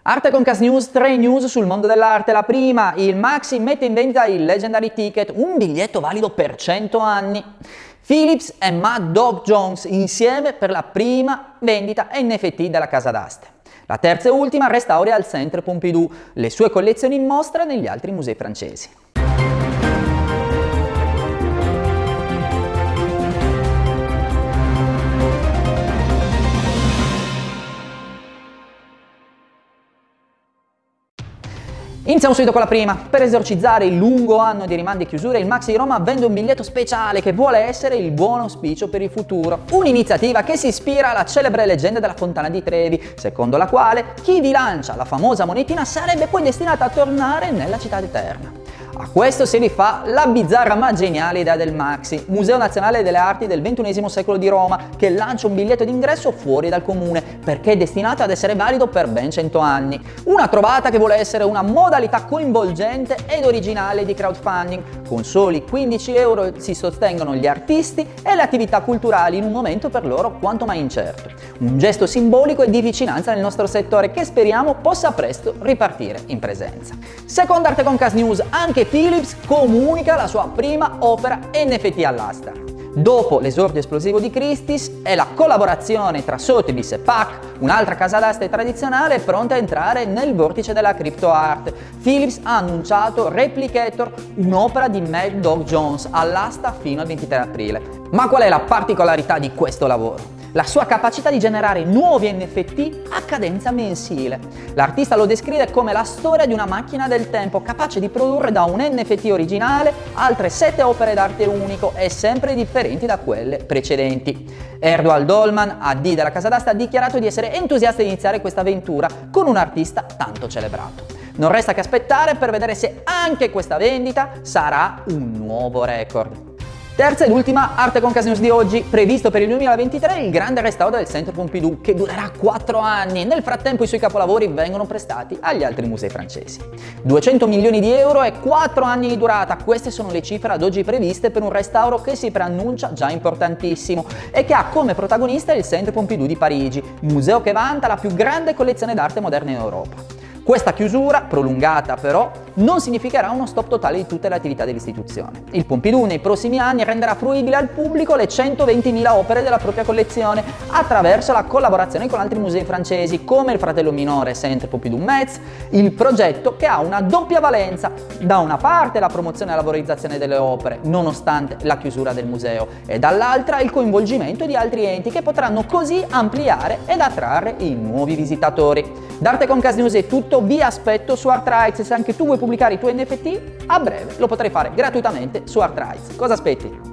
Arte Concast News, 3 news sul mondo dell'arte. La prima, il Maxi mette in vendita il Legendary Ticket, un biglietto valido per 100 anni. Philips e Mad Dog Jones insieme per la prima vendita NFT della casa d'aste. La terza e ultima, restauri al Centre Pompidou, le sue collezioni in mostra negli altri musei francesi. Iniziamo subito con la prima. Per esorcizzare il lungo anno di rimandi e chiusure, il Maxi di Roma vende un biglietto speciale che vuole essere il buon auspicio per il futuro. Un'iniziativa che si ispira alla celebre leggenda della Fontana di Trevi, secondo la quale chi vi lancia la famosa monetina sarebbe poi destinata a tornare nella città eterna. A questo si rifà la bizzarra ma geniale idea del Maxi, Museo Nazionale delle Arti del XXI secolo di Roma, che lancia un biglietto d'ingresso fuori dal comune, perché è destinato ad essere valido per ben 100 anni. Una trovata che vuole essere una modalità coinvolgente ed originale di crowdfunding. Con soli 15 euro si sostengono gli artisti e le attività culturali in un momento per loro quanto mai incerto. Un gesto simbolico e di vicinanza nel nostro settore che speriamo possa presto ripartire in presenza. Seconda Arte Concast News, anche Philips comunica la sua prima opera NFT all'asta. Dopo l'esordio esplosivo di Christie's e la collaborazione tra Sotheby's e PAC, un'altra casa d'aste tradizionale è pronta a entrare nel vortice della crypto art. Philips ha annunciato Replicator, un'opera di Mad Dog Jones, all'asta fino al 23 aprile. Ma qual è la particolarità di questo lavoro? La sua capacità di generare nuovi NFT a cadenza mensile. L'artista lo descrive come la storia di una macchina del tempo capace di produrre da un NFT originale altre 7 opere d'arte unico e sempre differenti da quelle precedenti. Erdogan Dolman, AD della casa d'aste, ha dichiarato di essere entusiasta di iniziare questa avventura con un artista tanto celebrato. Non resta che aspettare per vedere se anche questa vendita sarà un nuovo record. Terza ed ultima Arte Concast News di oggi, previsto per il 2023 il grande restauro del Centre Pompidou che durerà 4 anni. Nel frattempo i suoi capolavori vengono prestati agli altri musei francesi. 200 milioni di euro e 4 anni di durata, queste sono le cifre ad oggi previste per un restauro che si preannuncia già importantissimo e che ha come protagonista il Centre Pompidou di Parigi, museo che vanta la più grande collezione d'arte moderna in Europa. Questa chiusura, prolungata però, non significherà uno stop totale di tutte le attività dell'istituzione. Il Pompidou nei prossimi anni renderà fruibile al pubblico le 120.000 opere della propria collezione attraverso la collaborazione con altri musei francesi come il fratello minore Centre Pompidou Metz, il progetto che ha una doppia valenza: da una parte la promozione e la valorizzazione delle opere nonostante la chiusura del museo e dall'altra il coinvolgimento di altri enti che potranno così ampliare ed attrarre i nuovi visitatori. Da Arte Concast News è tutto, vi aspetto su ArtRights. Se anche tu vuoi pubblicare i tuoi NFT, a breve lo potrai fare gratuitamente su ArtRights. Cosa aspetti?